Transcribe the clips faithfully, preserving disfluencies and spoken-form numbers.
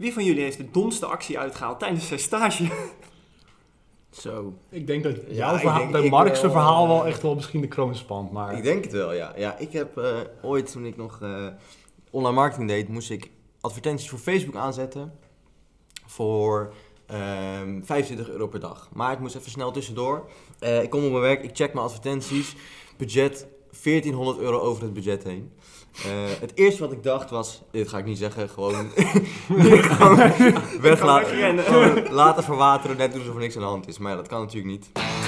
Wie van jullie heeft de domste actie uitgehaald tijdens zijn stage? Zo. Ik denk dat Ja, jouw ik verhaal, denk- bij ik Mark's wel, verhaal uh, wel echt wel misschien de kroon spant. Maar Ik denk het wel, ja. Ja, ik heb uh, ooit, toen ik nog uh, online marketing deed, moest ik advertenties voor Facebook aanzetten voor um, vijfentwintig euro per dag. Maar ik moest even snel tussendoor. Uh, ik kom op mijn werk, ik check mijn advertenties. Budget veertienhonderd euro over het budget heen. Uh, het eerste wat ik dacht was, dit ga ik niet zeggen, gewoon, gewoon weglaten, gewoon laten verwateren, net doen alsof er niks aan de hand is. Maar ja, dat kan natuurlijk niet.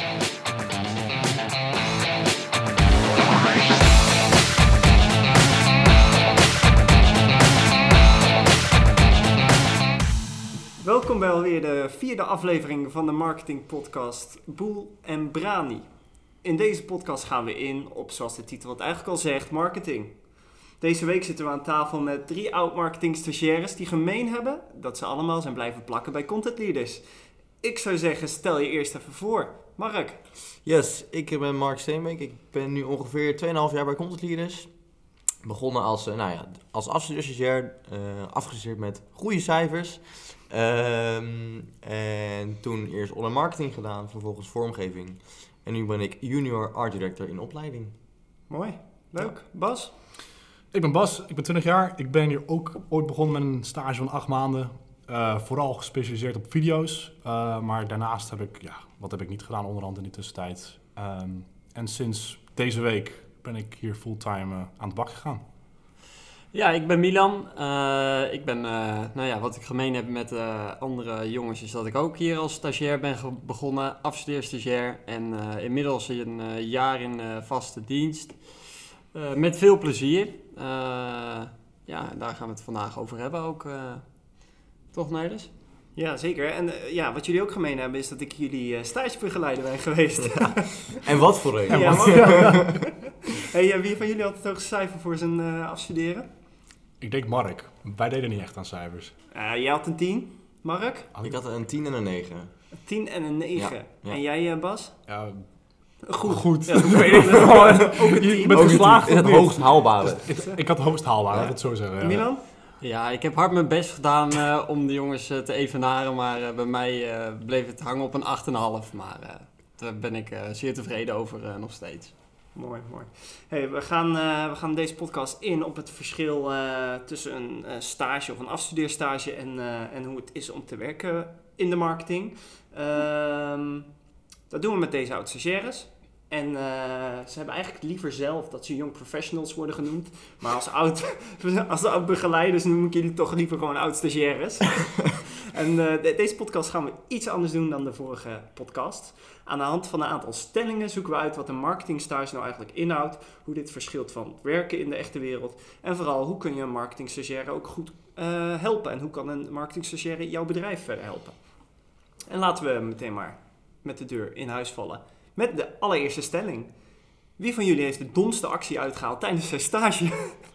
Welkom bij alweer de vierde aflevering van de marketingpodcast Boel en Brani. In deze podcast gaan we in op, zoals de titel het eigenlijk al zegt, marketing. Deze week zitten we aan tafel met drie oud-marketing stagiaires die gemeen hebben dat ze allemaal zijn blijven plakken bij Content Leaders. Ik zou zeggen, stel je eerst even voor. Mark. Yes, ik ben Mark Steenbeek. Ik ben nu ongeveer twee komma vijf jaar bij Content Leaders. Begonnen als, nou ja, als afstudeerstagiair, uh, afgestudeerd met goede cijfers. Um, en toen eerst online marketing gedaan, vervolgens vormgeving. En nu ben ik junior art director in opleiding. Mooi, leuk. Ja. Bas? Ik ben Bas, ik ben twintig jaar. Ik ben hier ook ooit begonnen met een stage van acht maanden. Uh, vooral gespecialiseerd op video's. Uh, maar daarnaast heb ik, ja, wat heb ik niet gedaan onderhand in die tussentijd. Um, en sinds deze week ben ik hier fulltime uh, aan het bak gegaan. Ja, ik ben Milan. Uh, ik ben, uh, nou ja, wat ik gemeen heb met uh, andere jongens is dat ik ook hier als stagiair ben ge- begonnen, afstudeerstagiair. En uh, inmiddels een uh, jaar in uh, vaste dienst. Uh, met veel plezier. Uh, ja, daar gaan we het vandaag over hebben ook. Uh, toch, Nederlands? Ja, zeker. En uh, ja, wat jullie ook gemeen hebben is dat ik jullie uh, stagebegeleider ben geweest. Ja. En wat voor een? Ja, wat? Ja. Hey, uh, wie van jullie had het hoogste cijfer voor zijn uh, afstuderen? Ik denk Mark. Wij deden niet echt aan cijfers. Uh, jij had een tien, Mark? Ik had een tien en een negen. Een tien en een negen. Ja, ja. En jij, uh, Bas? Ja, goed. Goed. Ja, dat weet ik wel. Ook een tien. Je bent geslaagd in het hoogst haalbare. Ik, ik had het hoogst haalbaar, laat ja. ik het zo zeggen. Ja. Milan? Ja, ik heb hard mijn best gedaan uh, om de jongens uh, te evenaren, maar uh, bij mij uh, bleef het hangen op een acht komma vijf. Maar uh, daar ben ik uh, zeer tevreden over uh, nog steeds. Mooi, mooi. Hey, we, gaan, uh, we gaan deze podcast in op het verschil uh, tussen een uh, stage of een afstudeerstage en, uh, en hoe het is om te werken in de marketing. Uh, dat doen we met deze oud-stagiaires. En uh, ze hebben eigenlijk liever zelf dat ze young professionals worden genoemd. Maar als oud, als oud begeleiders noem ik jullie toch liever gewoon oud stagiaires. En uh, de, deze podcast gaan we iets anders doen dan de vorige podcast. Aan de hand van een aantal stellingen zoeken we uit wat een marketingstage nou eigenlijk inhoudt. Hoe dit verschilt van het werken in de echte wereld. En vooral, hoe kun je een marketingstagiaire ook goed uh, helpen. En hoe kan een marketingstagiaire jouw bedrijf verder helpen. En laten we meteen maar met de deur in huis vallen. Met de allereerste stelling. Wie van jullie heeft de domste actie uitgehaald tijdens zijn stage?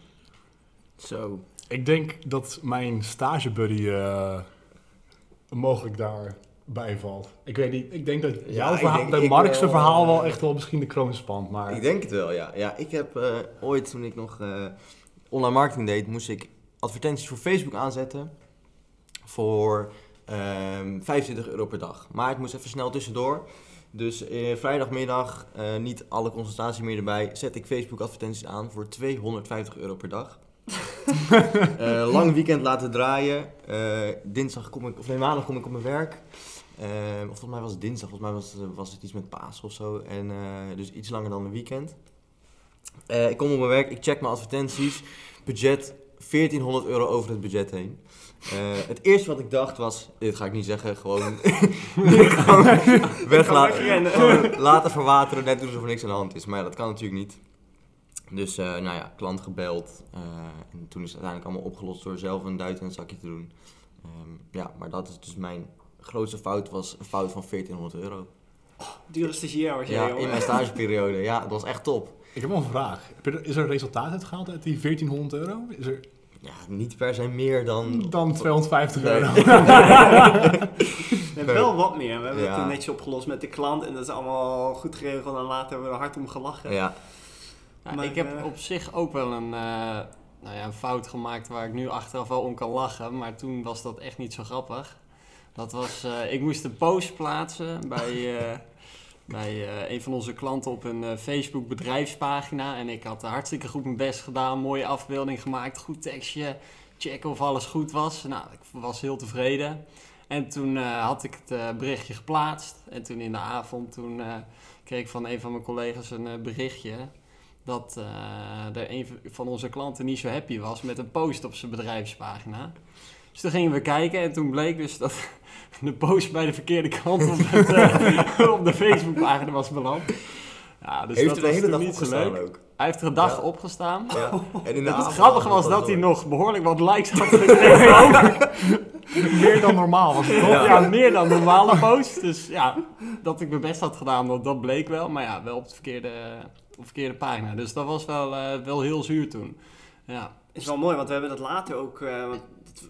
Zo. Ik denk dat mijn stagebuddy uh, mogelijk daarbij valt. Ik weet niet, ik denk dat Ja, jouw ik verhaal, denk- bij ik Mark's wel, verhaal uh, wel echt wel misschien de kroon spant. Maar Ik denk het wel, ja. Ja, ik heb uh, ooit, toen ik nog uh, online marketing deed, moest ik advertenties voor Facebook aanzetten voor um, vijfentwintig euro per dag. Maar ik moest even snel tussendoor. Dus uh, vrijdagmiddag, uh, niet alle concentratie meer erbij, zet ik Facebook advertenties aan voor tweehonderdvijftig euro per dag. uh, lang weekend laten draaien. Uh, dinsdag kom ik, of nee, maandag kom ik op mijn werk. Uh, of volgens mij was het dinsdag, volgens mij was het, was het iets met Pasen of zo. En, uh, dus iets langer dan een weekend. Uh, ik kom op mijn werk, ik check mijn advertenties. Budget veertienhonderd euro over het budget heen. Uh, het eerste wat ik dacht was, dit ga ik niet zeggen, gewoon, gewoon weglaten, gewoon laten verwateren, net doen alsof er niks aan de hand is. Maar ja, dat kan natuurlijk niet. Dus uh, nou ja, klant gebeld uh, en toen is het uiteindelijk allemaal opgelost door zelf een duit in een zakje te doen. Um, ja, maar dat is dus mijn grootste fout, was een fout van veertienhonderd euro. Oh, dure stagiair was jij, Ja, jongen. in mijn stageperiode. Ja, dat was echt top. ik heb wel een vraag. Heb je er- Is er een resultaat uitgehaald uit die veertienhonderd euro? Is er Ja, niet per se meer dan... dan tweehonderdvijftig Nee. euro? We hebben wel wat meer. We hebben Ja. het netjes opgelost met de klant en dat is allemaal goed geregeld en later hebben we er hard om gelachen. Ja, Ja, Maar, ik heb uh, op zich ook wel een, uh, nou ja, een fout gemaakt waar ik nu achteraf wel om kan lachen. Maar toen was dat echt niet zo grappig. Dat was, uh, ik moest een post plaatsen bij, uh, bij uh, een van onze klanten op een uh, Facebook bedrijfspagina. En ik had hartstikke goed mijn best gedaan, mooie afbeelding gemaakt, goed tekstje. Checken of alles goed was. Nou, ik was heel tevreden. En toen uh, had ik het uh, berichtje geplaatst. En toen in de avond toen, uh, kreeg ik van een van mijn collega's een uh, berichtje... dat uh, er een van onze klanten niet zo happy was met een post op zijn bedrijfspagina. Dus toen gingen we kijken en toen bleek dus dat de post bij de verkeerde kant op, het, uh, op de Facebookpagina was beland. Ja, dus heeft dat er de hele dag niet zo leuk. ook? Hij heeft er een dag ja. opgestaan. Ja. En in de het avond grappige was dat door. hij nog behoorlijk wat likes had gekregen. Meer dan normaal was het toch? Ja. ja, meer dan normale post. Dus ja, dat ik mijn best had gedaan, dat, dat bleek wel. Maar ja, wel op de verkeerde, op de verkeerde pagina. Dus dat was wel, uh, wel heel zuur toen. Ja. Is wel mooi, want we hebben dat later ook... Uh, want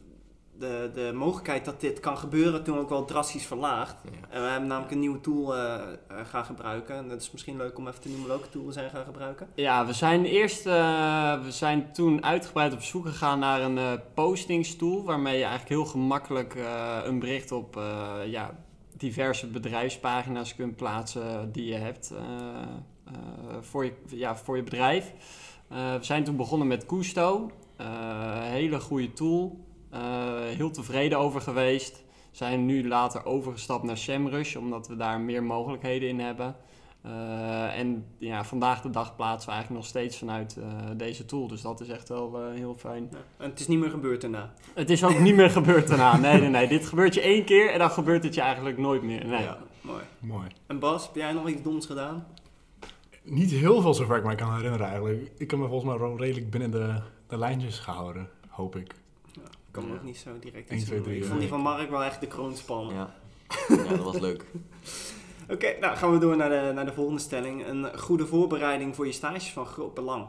de, de mogelijkheid dat dit kan gebeuren toen ook wel drastisch verlaagd. Ja. En we hebben namelijk een nieuwe tool uh, uh, gaan gebruiken. En het is misschien leuk om even te noemen welke tool we zijn gaan gebruiken. Ja, we zijn eerst... Uh, we zijn toen uitgebreid op zoek gegaan naar een uh, postingstoel... waarmee je eigenlijk heel gemakkelijk uh, een bericht op uh, ja, diverse bedrijfspagina's kunt plaatsen die je hebt uh, uh, voor, je, ja, voor je bedrijf. Uh, we zijn toen begonnen met Kusto. Uh, hele goede tool. Uh, heel tevreden over geweest. Zijn nu later overgestapt naar SEMrush, omdat we daar meer mogelijkheden in hebben. Uh, en ja, vandaag de dag plaatsen we eigenlijk nog steeds vanuit uh, deze tool. Dus dat is echt wel uh, heel fijn. Ja, en het is niet meer gebeurd daarna? Het is ook niet meer gebeurd daarna. Nee, nee, nee. Dit gebeurt je één keer en dan gebeurt het je eigenlijk nooit meer. Nee. Ja, mooi. Mooi. En Bas, heb jij nog iets doms gedaan? Niet heel veel zover ik me kan herinneren eigenlijk. Ik heb me volgens mij wel redelijk binnen de, de lijntjes gehouden, hoop ik. Ik kan me Ja. ook niet zo direct één, iets twee, doen. drie, Ik ja. vond die van Mark wel echt de kroonspan. Ja. ja, dat was leuk. Oké, okay, nou gaan we door naar de, naar de volgende stelling. Een goede voorbereiding voor je stage is van groot belang.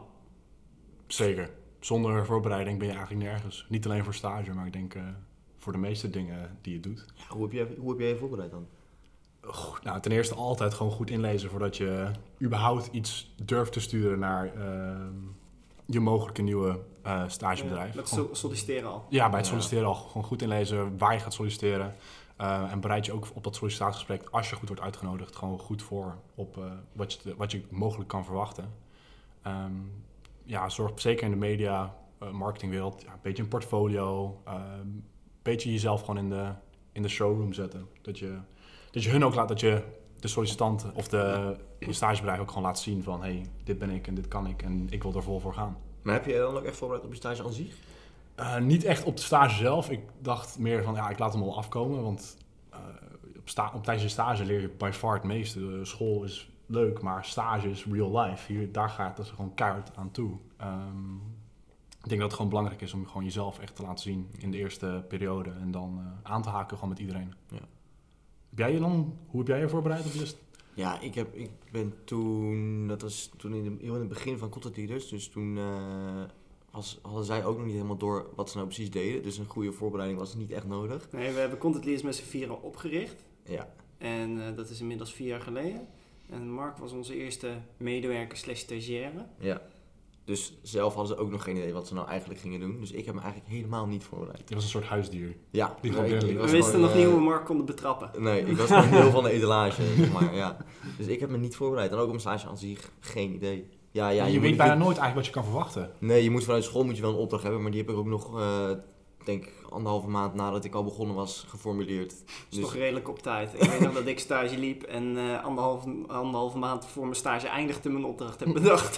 Zeker. Zonder voorbereiding ben je eigenlijk nergens. Niet alleen voor stage, maar ik denk uh, voor de meeste dingen die je doet. Ja, hoe, heb jij, hoe heb jij je voorbereid dan? Goed, nou, ten eerste altijd gewoon goed inlezen voordat je überhaupt iets durft te sturen naar uh, je mogelijke nieuwe uh, stagebedrijf. Ja, met gewoon, so- solliciteren al. Ja, bij het solliciteren al gewoon goed inlezen waar je gaat solliciteren. Uh, en bereid je ook op dat sollicitatiegesprek, als je goed wordt uitgenodigd, gewoon goed voor op uh, wat, je, wat je mogelijk kan verwachten. Um, ja, zorg zeker in de media, uh, marketingwereld, ja, een beetje een portfolio, een uh, beetje jezelf gewoon in de, in de showroom zetten. Dat je, dat je hun ook laat, dat je de sollicitant of de, je stagebedrijf ook gewoon laat zien van, hey, dit ben ik en dit kan ik en ik wil er vol voor gaan. Maar heb je je dan ook echt voorbereid op je stage aan zich? Uh, niet echt op de stage zelf. Ik dacht meer van, ja, ik laat hem al afkomen. Want uh, op, sta- op tijdens je stage leer je by far het meeste. Uh, school is leuk, maar stage is real life. Hier, daar gaat het gewoon keihard aan toe. Um, ik denk dat het gewoon belangrijk is om gewoon jezelf echt te laten zien in de eerste periode. En dan uh, aan te haken gewoon met iedereen. Ja. Heb jij je dan, hoe heb jij je voorbereid op je st- Ja, ik, heb, ik ben toen, dat was toen in, de, heel in het begin van Content Leaders. Dus toen... Uh, Was, hadden zij ook nog niet helemaal door wat ze nou precies deden. Dus een goede voorbereiding was niet echt nodig. Nee, we hebben Content Leaders met z'n vieren opgericht. Ja. En uh, dat is inmiddels vier jaar geleden. En Mark was onze eerste medewerker slash stagiaire. Ja. Dus zelf hadden ze ook nog geen idee wat ze nou eigenlijk gingen doen. Dus ik heb me eigenlijk helemaal niet voorbereid. Je was een soort huisdier. Ja. Die nee, ik, ik we was wisten gewoon, nog niet uh, hoe we Mark konden betrappen. Nee, ik was gewoon deel van de etalage, zeg maar. Ja. Dus ik heb me niet voorbereid. En ook op mijn stage aan zich geen idee. Ja, ja, je, je moet, weet bijna je, nooit eigenlijk wat je kan verwachten. Nee, je moet vanuit school moet je wel een opdracht hebben. Maar die heb ik ook nog, uh, denk ik, anderhalve maand nadat ik al begonnen was, geformuleerd. Dat is dus nog redelijk op tijd. Ik weet nog dat ik stage liep en uh, anderhalve, anderhalve maand voor mijn stage eindigde mijn opdracht heb bedacht.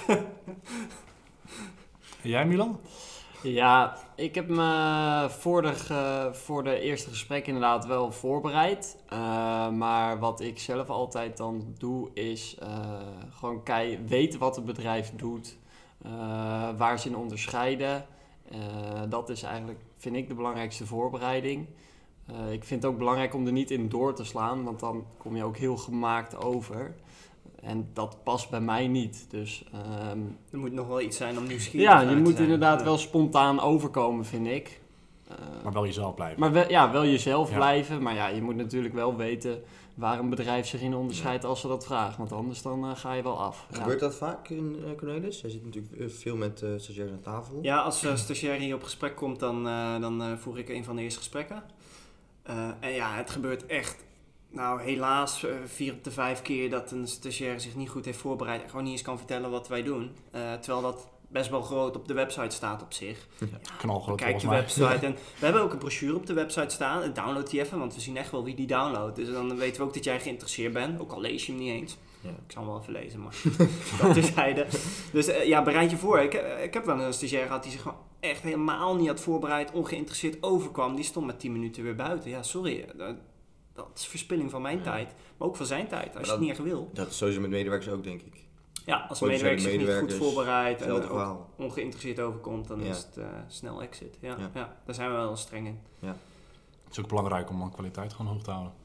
En jij, Milan? Ja, ik heb me voor de, ge, voor de eerste gesprek inderdaad wel voorbereid. Uh, maar wat ik zelf altijd dan doe is uh, gewoon kei- weten wat het bedrijf doet. Uh, waar ze in onderscheiden. Uh, dat is eigenlijk, vind ik, de belangrijkste voorbereiding. Uh, ik vind het ook belangrijk om er niet in door te slaan, want dan kom je ook heel gemaakt over. En dat past bij mij niet. Dus, um, er moet nog wel iets zijn om nieuwsgierig ja, naar je te moet zijn. inderdaad Ja. wel spontaan overkomen, vind ik. Uh, maar wel jezelf blijven. Maar wel, ja, wel jezelf ja. blijven. Maar ja, je moet natuurlijk wel weten waar een bedrijf zich in onderscheidt Ja. als ze dat vragen. Want anders dan uh, ga je wel af. Gebeurt ja. dat vaak in uh, Cornelis? Jij zit natuurlijk uh, veel met uh, stagiairs aan tafel. Ja, als uh, stagiair hier op gesprek komt, dan, uh, dan uh, voer ik een van de eerste gesprekken. Uh, en ja, het gebeurt echt, nou helaas, uh, vier op de vijf keer dat een stagiair zich niet goed heeft voorbereid en gewoon niet eens kan vertellen wat wij doen. Uh, terwijl dat best wel groot op de website staat op zich. Ja, knalgroot Kijk de volgens mij. website en we hebben ook een brochure op de website staan. Download die even, want we zien echt wel wie die downloadt. Dus dan weten we ook dat jij geïnteresseerd bent, ook al lees je hem niet eens. Ja. Ik zal hem wel even lezen, maar dat terzijde. Dus uh, ja, bereid je voor. Ik, uh, ik heb wel een stagiair gehad die zich gewoon echt helemaal niet had voorbereid, ongeïnteresseerd overkwam. Die stond met tien minuten weer buiten. Ja, sorry. Uh, dat is verspilling van mijn ja. tijd, maar ook van zijn tijd, als maar je dat, het niet echt wil. Dat is sowieso met medewerkers ook, denk ik. Ja, als een medewerker zich niet goed voorbereidt en ook verhaal. ongeïnteresseerd overkomt, dan ja. is het uh, snel exit. Ja, ja. ja, daar zijn we wel streng in. Ja. Het is ook belangrijk om de kwaliteit gewoon hoog te houden.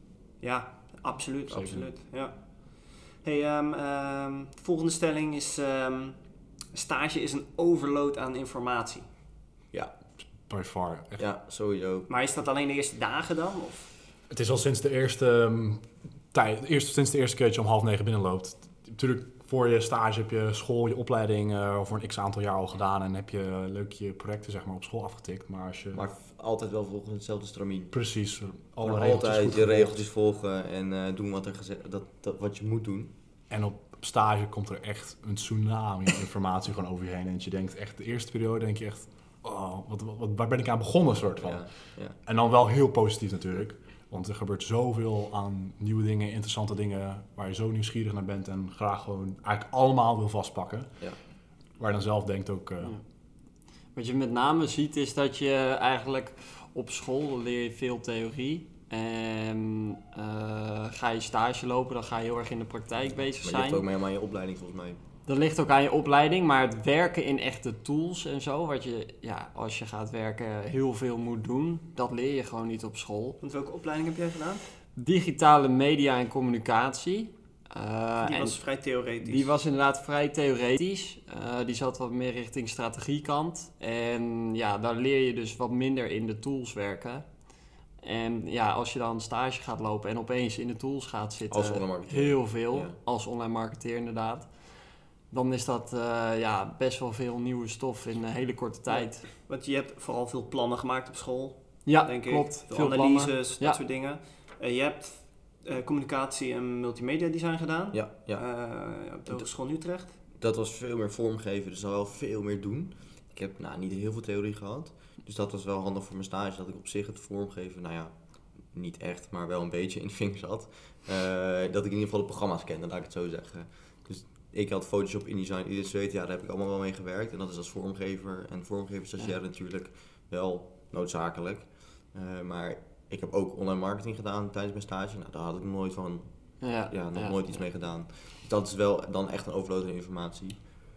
Ja, absoluut. Zeker. absoluut. Ja. Hey, um, um, de volgende stelling is, um, stage is een overload aan informatie. Ja. By far. Echt. Ja, sowieso. Maar is dat alleen de eerste dagen dan? Of? Het is al sinds de eerste um, tijd, eerst, sinds de eerste keer dat je om half negen binnenloopt. Natuurlijk, voor je stage heb je school, je opleiding uh, voor een x aantal jaar al gedaan en heb je leuk je projecten zeg maar, op school afgetikt. Maar, als je... maar altijd wel volgens hetzelfde stramien. Precies. Alle regeltjes altijd je regeltjes volgen en uh, doen wat, er gezegd, dat, dat, wat je moet doen. En op stage komt er echt een tsunami informatie gewoon over je heen. En je denkt echt, de eerste periode denk je echt, oh, wat, wat, wat, waar ben ik aan begonnen soort van. Ja, ja. En dan wel heel positief natuurlijk. Want er gebeurt zoveel aan nieuwe dingen, interessante dingen, waar je zo nieuwsgierig naar bent en graag gewoon eigenlijk allemaal wil vastpakken. Ja. Waar je dan zelf denkt ook... Uh, ja. Wat je met name ziet is dat je eigenlijk op school leer je veel theorie. En uh, ga je stage lopen, dan ga je heel erg in de praktijk bezig zijn. Maar je ligt ook mee aan je opleiding volgens mij. Dat ligt ook aan je opleiding, maar het werken in echte tools en zo, wat je, ja, als je gaat werken heel veel moet doen, dat leer je gewoon niet op school. Want welke opleiding heb jij gedaan? Digitale media en communicatie. Uh, die was vrij theoretisch. Die was inderdaad vrij theoretisch. Uh, die zat wat meer richting strategiekant. En ja, daar leer je dus wat minder in de tools werken. En ja, als je dan stage gaat lopen en opeens in de tools gaat zitten, als online marketeer. heel veel, ja. als online marketeer inderdaad, dan is dat uh, ja, best wel veel nieuwe stof in een hele korte tijd. Ja, want je hebt vooral veel plannen gemaakt op school, ja, denk klopt. ik. Veel, veel analyses, plannen. dat ja. soort dingen. Uh, je hebt uh, communicatie en multimedia design gedaan. Ja, ja. Uh, op de Hogeschool Utrecht. Dat was veel meer vormgeven, dus dan wel veel meer doen. Ik heb nou, niet heel veel theorie gehad. Dus dat was wel handig voor mijn stage, dat ik op zich het vormgeven, nou ja, niet echt, maar wel een beetje in de vingers had. Uh, dat ik in ieder geval de programma's kende, laat ik het zo zeggen. Dus ik had Photoshop, InDesign, Illustrator, ja, daar heb ik allemaal wel mee gewerkt. En dat is als vormgever en vormgeverstagiair ja. natuurlijk wel noodzakelijk. Uh, maar ik heb ook online marketing gedaan tijdens mijn stage. Nou, daar had ik nog nooit van, ja, ja, nog ja. nooit iets mee gedaan. Dus dat is wel dan echt een overload aan informatie.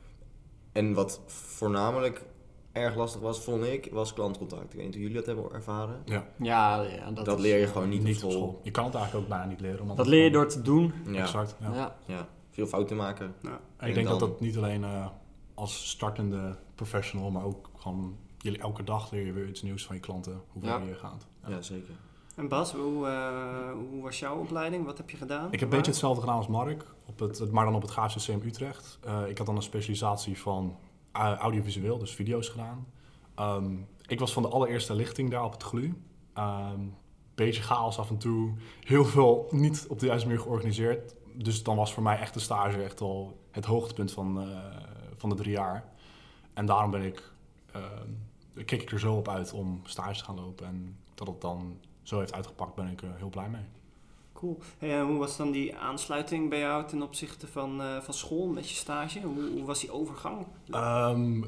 En wat voornamelijk erg lastig was, vond ik, was klantcontact. Ik weet niet hoe jullie dat hebben ervaren. Ja, ja, ja dat, dat is, leer je gewoon niet, niet op, school. op school. Je kan het eigenlijk ook bijna niet leren. Dat leer je door te doen. Ja. Exact. Ja. Ja. Ja, veel fouten maken. Ja. En ik denk dan... dat dat niet alleen uh, als startende professional, maar ook gewoon jullie elke dag leer je weer iets nieuws van je klanten, hoe ver ja. je gaat. Ja, ja zeker. En Bas, hoe, uh, hoe was jouw opleiding? Wat heb je gedaan? Ik heb een beetje hetzelfde gedaan als Mark, op het, maar dan op het G A V C C M Utrecht. Uh, ik had dan een specialisatie van uh, audiovisueel, dus video's gedaan. Um, ik was van de allereerste lichting daar op het G L U. Um, beetje chaos af en toe, heel veel niet op de juiste manier georganiseerd. Dus dan was voor mij echt de stage echt al het hoogtepunt van, uh, van de drie jaar. En daarom ben ik, uh, keek ik er zo op uit om stage te gaan lopen. En dat het dan zo heeft uitgepakt, ben ik uh, heel blij mee. Cool. Hey, hoe was dan die aansluiting bij jou ten opzichte van, uh, van school met je stage? Hoe, hoe was die overgang? Um,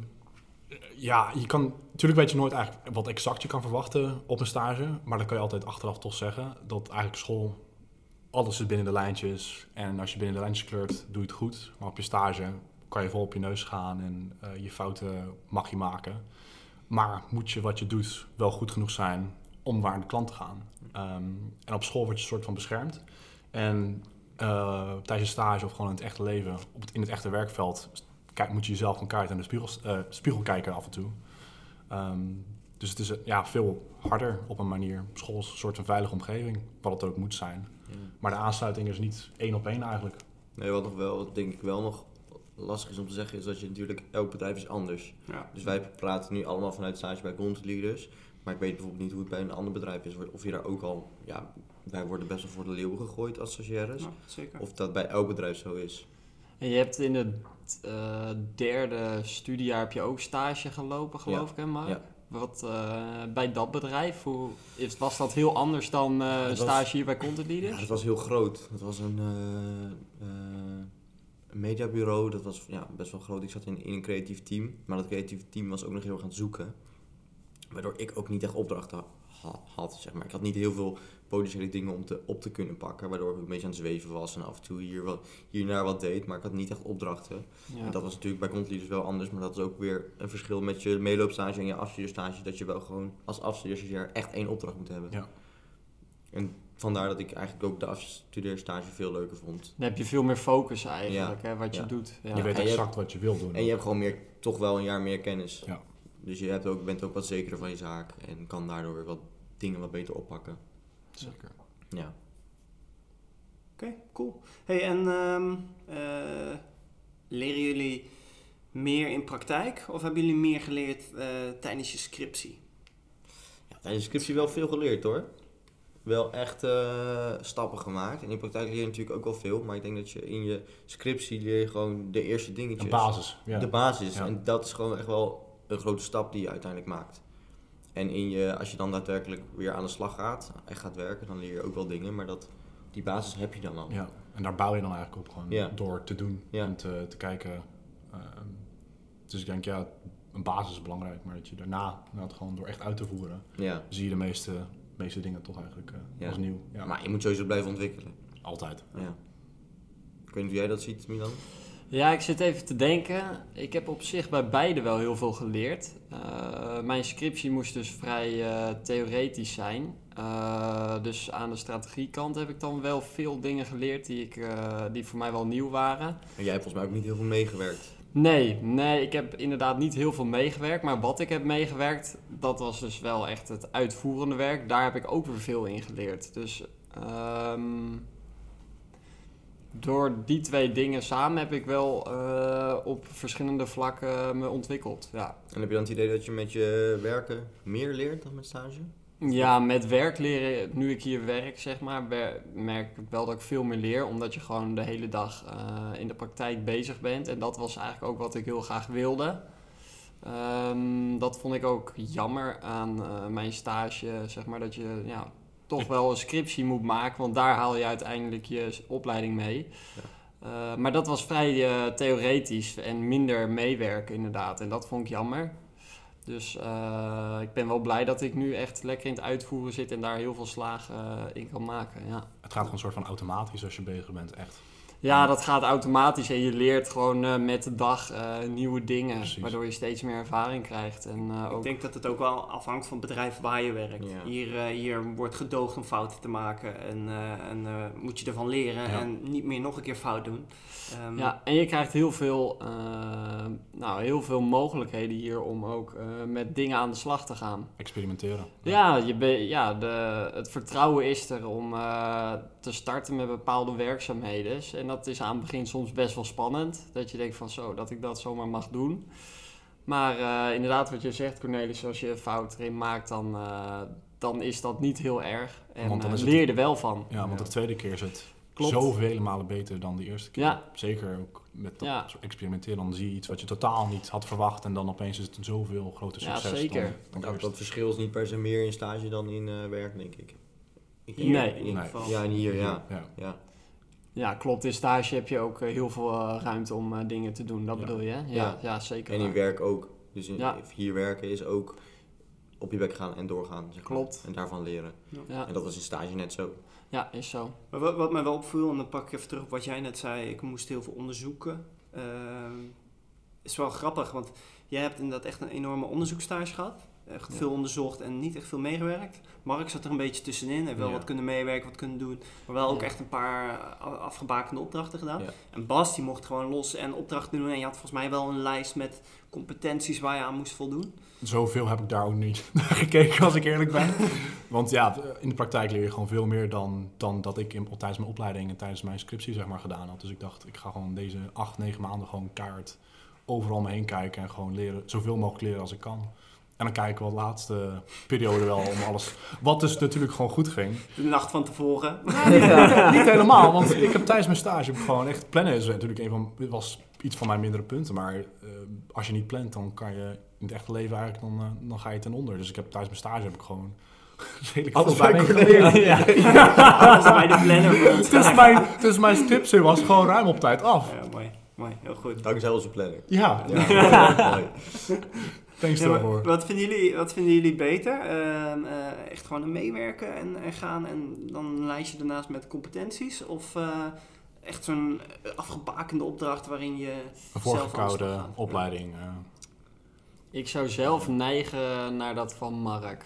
ja, je kan, natuurlijk weet je nooit eigenlijk wat exact je kan verwachten op een stage. Maar dan kan je altijd achteraf toch zeggen dat eigenlijk school, alles zit binnen de lijntjes. En als je binnen de lijntjes kleurt, doe je het goed. Maar op je stage kan je vol op je neus gaan en uh, je fouten mag je maken. Maar moet je wat je doet wel goed genoeg zijn om waar aan de klant te gaan. Um, en op school word je een soort van beschermd. En uh, tijdens je stage of gewoon in het echte leven, op het, in het echte werkveld, kijk, moet je jezelf een kaart in de spiegel, uh, spiegel kijken af en toe. Um, dus het is uh, ja, veel harder op een manier. School is een soort van veilige omgeving, wat het ook moet zijn. Ja. Maar de aansluiting is niet één op één eigenlijk. Nee, wat nog wel, wat denk ik wel nog lastig is om te zeggen, is dat je natuurlijk, elk bedrijf is anders. Ja. Dus wij praten nu allemaal vanuit stage bij Content Leaders. Maar ik weet bijvoorbeeld niet hoe het bij een ander bedrijf is. Of je daar ook al, ja, wij worden best wel voor de leeuw gegooid als stagiaires. Ja, zeker. Of dat bij elk bedrijf zo is. En je hebt in het uh, derde studiejaar heb je ook stage gelopen, geloof Ja. ik, hè Mark? Ja. Wat, uh, bij dat bedrijf, hoe, is, was dat heel anders dan uh, een was, stage hier bij Content Leaders? Ja, dat was heel groot. Dat was een, uh, uh, een mediabureau, dat was ja, best wel groot. Ik zat in, in een creatief team, maar dat creatieve team was ook nog heel erg aan het zoeken. Waardoor ik ook niet echt opdrachten ha- had, zeg maar. Ik had niet heel veel potentiële dingen om te, op te kunnen pakken, waardoor ik een beetje aan het zweven was en af en toe hier wat, hiernaar wat deed, maar ik had niet echt opdrachten. Ja. En dat was natuurlijk bij Content Leaders wel anders, maar dat is ook weer een verschil met je meeloopstage en je afstudeerstage, dat je wel gewoon als afstudeerstage echt één opdracht moet hebben. Ja. En vandaar dat ik eigenlijk ook de afstudeerstage veel leuker vond. Dan heb je veel meer focus eigenlijk, Ja. hè, wat je Ja. doet. Ja. Je weet En je exact wat je wil doen. En je hebt gewoon meer, toch wel een jaar meer kennis. Ja. Dus je hebt ook, bent ook wat zekerder van je zaak en kan daardoor wat dingen wat beter oppakken. Zeker. Ja. Oké, okay, cool. Hey, en um, uh, leren jullie meer in praktijk of hebben jullie meer geleerd uh, tijdens je scriptie? Ja, tijdens de scriptie wel veel geleerd hoor. Wel echt uh, stappen gemaakt. En in praktijk leer je natuurlijk ook wel veel. Maar ik denk dat je in je scriptie leer je gewoon de eerste dingetjes. Een basis. Ja. De basis. Ja. En dat is gewoon echt wel een grote stap die je uiteindelijk maakt. En in je, als je dan daadwerkelijk weer aan de slag gaat, echt gaat werken, dan leer je ook wel dingen. Maar dat, die basis heb je dan al. Ja, en daar bouw je dan eigenlijk op gewoon Ja. door te doen Ja. en te, te kijken. Uh, dus ik denk, ja, een basis is belangrijk, maar dat je daarna, nou, gewoon door echt uit te voeren, Ja. zie je de meeste, meeste dingen toch eigenlijk uh, Ja. als nieuw. Ja, Maar je moet sowieso blijven ontwikkelen. altijd. Ja. Ik weet niet hoe jij dat ziet, Milan. Ja, ik zit even te denken. Ik heb op zich bij beide wel heel veel geleerd. Uh, mijn scriptie moest dus vrij uh, theoretisch zijn. Uh, dus aan de strategiekant heb ik dan wel veel dingen geleerd die, ik, uh, die voor mij wel nieuw waren. En jij hebt volgens mij ook niet heel veel meegewerkt. Nee, nee, ik heb inderdaad niet heel veel meegewerkt. Maar wat ik heb meegewerkt, dat was dus wel echt het uitvoerende werk. Daar heb ik ook weer veel in geleerd. Dus um, door die twee dingen samen heb ik wel uh, op verschillende vlakken me ontwikkeld. Ja. En heb je dan het idee dat je met je werken meer leert dan met stage? Ja, met werk leren, nu ik hier werk, zeg maar, wer- merk ik wel dat ik veel meer leer. Omdat je gewoon de hele dag uh, in de praktijk bezig bent. En dat was eigenlijk ook wat ik heel graag wilde. Um, dat vond ik ook jammer aan uh, mijn stage, zeg maar, dat je ja, toch wel een scriptie moet maken. Want daar haal je uiteindelijk je opleiding mee. Ja. Uh, maar dat was vrij uh, theoretisch en minder meewerken inderdaad. En dat vond ik jammer. Dus uh, ik ben wel blij dat ik nu echt lekker in het uitvoeren zit en daar heel veel slagen uh, in kan maken. Ja. Het gaat gewoon een soort van automatisch als je bezig bent, echt. Ja, dat gaat automatisch en je leert gewoon uh, met de dag uh, nieuwe dingen, Precies. waardoor je steeds meer ervaring krijgt. En, uh, ook... Ik denk dat het ook wel afhangt van het bedrijf waar je werkt. Ja. Hier, uh, hier wordt gedoogd om fouten te maken en, uh, en uh, moet je ervan leren Ja. en niet meer nog een keer fout doen. Um, Ja, en je krijgt heel veel, uh, nou, heel veel mogelijkheden hier om ook uh, met dingen aan de slag te gaan. Experimenteren. Ja, je be- ja de, het vertrouwen is er om uh, te starten met bepaalde werkzaamheden. En dat is aan het begin soms best wel spannend. Dat je denkt van zo, dat ik dat zomaar mag doen. Maar uh, inderdaad wat je zegt, Cornelis, als je een fout erin maakt, dan, uh, dan is dat niet heel erg. En Want dan uh, is het- leer je er wel van. Ja, want Ja. de tweede keer is het Klopt. zoveel malen beter dan de eerste keer. Ja. Zeker ook met dat Ja. soort experimenteren. Dan zie je iets wat je totaal niet had verwacht en dan opeens is het een zoveel groter Ja, succes zeker. dan, dan Dat, eerst. dat verschil is niet per se meer in stage dan in uh, werk, denk ik. ik hier Nee. in ieder Nee. geval. Ja, en hier, ja. Ja. ja. Ja, klopt. In stage heb je ook uh, heel veel uh, ruimte om uh, dingen te doen. Dat Ja. bedoel je, hè? Ja, Ja. ja zeker. En in waar. werk ook. Dus in, Ja. hier werken is ook op je bek gaan en doorgaan. Zeg maar. Klopt. En daarvan leren. Ja. En dat was in stage net zo. ja, is zo. Maar wat, wat mij wel opviel, en dan pak ik even terug op wat jij net zei, ik moest heel veel onderzoeken. Uh, is wel grappig, want jij hebt inderdaad echt een enorme onderzoekstage gehad. echt Ja. veel onderzocht en niet echt veel meegewerkt. Mark zat er een beetje tussenin, heeft wel Ja. wat kunnen meewerken, wat kunnen doen, maar wel ook Ja. echt een paar uh, afgebakende opdrachten gedaan. Ja. En Bas die mocht gewoon los en opdrachten doen en je had volgens mij wel een lijst met competenties waar je aan moest voldoen. Zoveel heb ik daar ook niet naar gekeken, als ik eerlijk ben. Want ja, in de praktijk leer je gewoon veel meer dan, dan dat ik in, tijdens mijn opleiding en tijdens mijn scriptie zeg maar, gedaan had. Dus ik dacht, ik ga gewoon deze acht, negen maanden gewoon kaart overal me heen kijken en gewoon leren, zoveel mogelijk leren als ik kan. En dan kijken we wat laatste periode wel om alles, wat dus natuurlijk gewoon goed ging. De nacht van tevoren. Ja, niet helemaal, want ik heb tijdens mijn stage heb ik gewoon echt plannen is natuurlijk een van, was iets van mijn mindere punten, maar uh, als je niet plant, dan kan je in het echte leven eigenlijk, dan, uh, dan ga je ten onder. Dus ik heb tijdens mijn stage heb ik gewoon redelijk Alles veel bij bij collega's. geleerd. Dat is bij de planner voor ons. Dus mijn, dus mijn stripser was gewoon ruim op tijd af. Ja, mooi, mooi, heel goed. Dankzij onze planner. Ja, Ja, mooi. thanks Ja, maar daarvoor. wat, vinden jullie, wat vinden jullie beter? Ehm, eh, echt gewoon een meewerken en, en gaan en dan een lijstje daarnaast met competenties? Of uh, echt zo'n afgebakende opdracht waarin je Een zelf voorgekoude alles gaat? opleiding. Uh, Ik zou zelf neigen naar dat van Mark.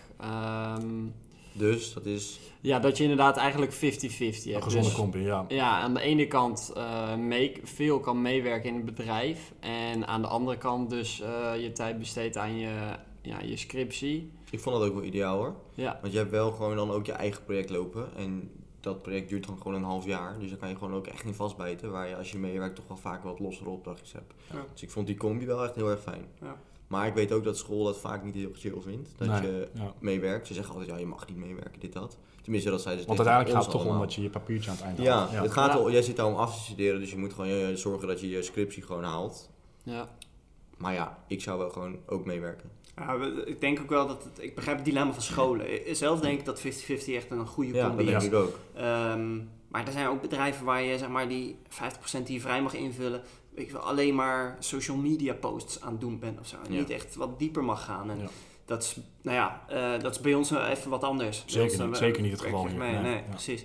Um, Dus dat is... ja, dat je inderdaad eigenlijk vijftig vijftig een hebt. gezonde Dus, combi, ja. ja, aan de ene kant uh, mee, veel kan meewerken in het bedrijf. En aan de andere kant dus uh, je tijd besteedt aan je, ja, je scriptie. Ik vond dat ook wel ideaal hoor. Ja. Want je hebt wel gewoon dan ook je eigen project lopen. En dat project duurt dan gewoon een half jaar. Dus daar kan je gewoon ook echt niet vastbijten. Waar je als je meewerkt toch wel vaak wat lossere opdrachtjes hebt. Ja. Dus ik vond die combi wel echt heel erg fijn. Ja. Maar ik weet ook dat school dat vaak niet heel chill vindt. Dat Nee, je ja. meewerkt. Ze zeggen altijd, ja, je mag niet meewerken, dit, dat. Tenminste, dat zeiden ze Want tegen uiteindelijk gaat ons het toch om allemaal. dat je je papiertje aan het eind Ja, haalt. het gaat Ja. wel, jij zit daar om af te studeren, dus je moet gewoon eh, zorgen dat je je scriptie gewoon haalt. Ja. Maar ja, ik zou wel gewoon ook meewerken. Ja, we- ik denk ook wel dat het, ik begrijp het dilemma van scholen. I- Zelf denk ik dat vijftig vijftig echt een goede Ja, combi dat denk is. ik ook. Ehm, maar er zijn ook bedrijven waar je zeg maar die vijftig procent die je vrij mag invullen, weet je wel, alleen maar social media posts aan het doen bent of zo. En Ja. niet echt wat dieper mag gaan. En Ja. dat is, nou ja, uh, dat is bij ons uh, even wat anders. Bij Zeker ons, uh, niet, we- zeker niet het werk geval je hier. mee. Nee, Nee, ja. precies.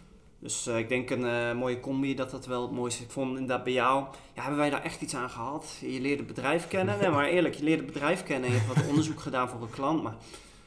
Dus uh, ik denk een uh, mooie combi dat dat wel het mooiste is. Ik vond inderdaad bij jou, ja, hebben wij daar echt iets aan gehad? Je leert het bedrijf kennen. Nee, maar eerlijk, je leert het bedrijf kennen en je hebt wat onderzoek gedaan voor een klant. Maar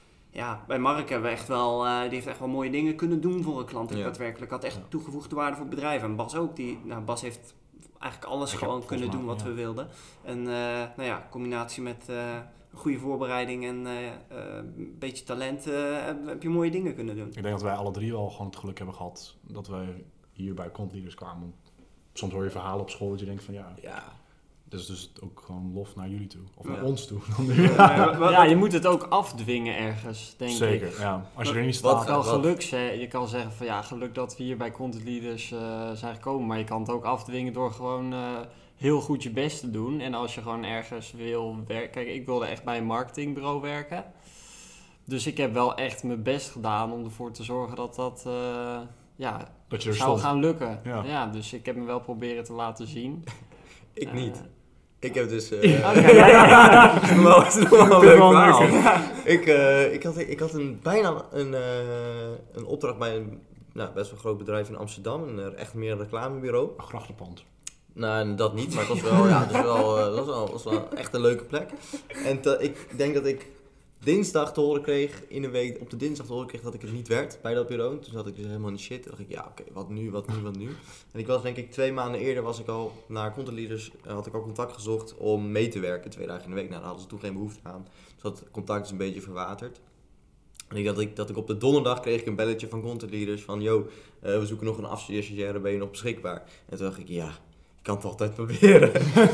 ja, bij Mark hebben we echt wel, uh, die heeft echt wel mooie dingen kunnen doen voor een klant. Ja. Daadwerkelijk had echt Ja. toegevoegde waarde voor het bedrijf. En Bas ook. Die, nou, Bas heeft eigenlijk alles Ik gewoon heb kunnen volgens doen mij, wat ja. we wilden. En uh, nou ja, combinatie met uh, een goede voorbereiding en uh, uh, een beetje talent, uh, heb, heb je mooie dingen kunnen doen. Ik denk dat wij alle drie wel gewoon het geluk hebben gehad dat wij hier bij Content Leaders kwamen. Soms hoor je verhalen op school dat je denkt van ja, Ja. dus, dus ook gewoon lof naar jullie toe. Of Ja. naar ons toe. Ja, wat- ja, je moet het ook afdwingen ergens, denk Zeker, ik. ja. Als je er niet Wat staat. Je kan, Wat? geluk zeggen, je kan zeggen van ja, geluk dat we hier bij Content Leaders uh, zijn gekomen. Maar je kan het ook afdwingen door gewoon uh, heel goed je best te doen. En als je gewoon ergens wil werken. Kijk, ik wilde echt bij een marketingbureau werken. Dus ik heb wel echt mijn best gedaan om ervoor te zorgen dat dat uh, ja, Dat je er zou stond. gaan lukken. Ja. Ja, dus ik heb me wel proberen te laten zien. Ik Uh, niet. Ik heb dus... Uh, Oké, ja, ja, ja. dat is nog wel- dat is nog wel een Dat is leuk wel een verhaal. leuk. Ik, uh, ik had, ik had een, bijna een, uh, een opdracht bij een nou, best wel groot bedrijf in Amsterdam. Een, echt meer een reclamebureau. Een grachtenpand. Nou, dat niet, maar het was wel, ja, het was wel, uh, dat was wel, was wel echt een leuke plek. En te, ik denk dat ik dinsdag te horen kreeg, in een week, op de dinsdag te horen kreeg dat ik het niet werd bij dat bureau. Toen zat ik dus helemaal in de shit. Toen dacht ik, ja oké, okay, wat nu, wat nu, wat nu? En ik was denk ik twee maanden eerder, was ik al naar Content Leaders, uh, had ik al contact gezocht om mee te werken, twee dagen in de week. Nou, daar hadden ze toen geen behoefte aan. Dus dat contact is een beetje verwaterd. En ik dat, ik dat ik op de donderdag kreeg ik een belletje van Content Leaders van, yo, uh, we zoeken nog een afstudeerstagiaire, ben je nog beschikbaar? En toen dacht ik, ja, ik kan het altijd proberen.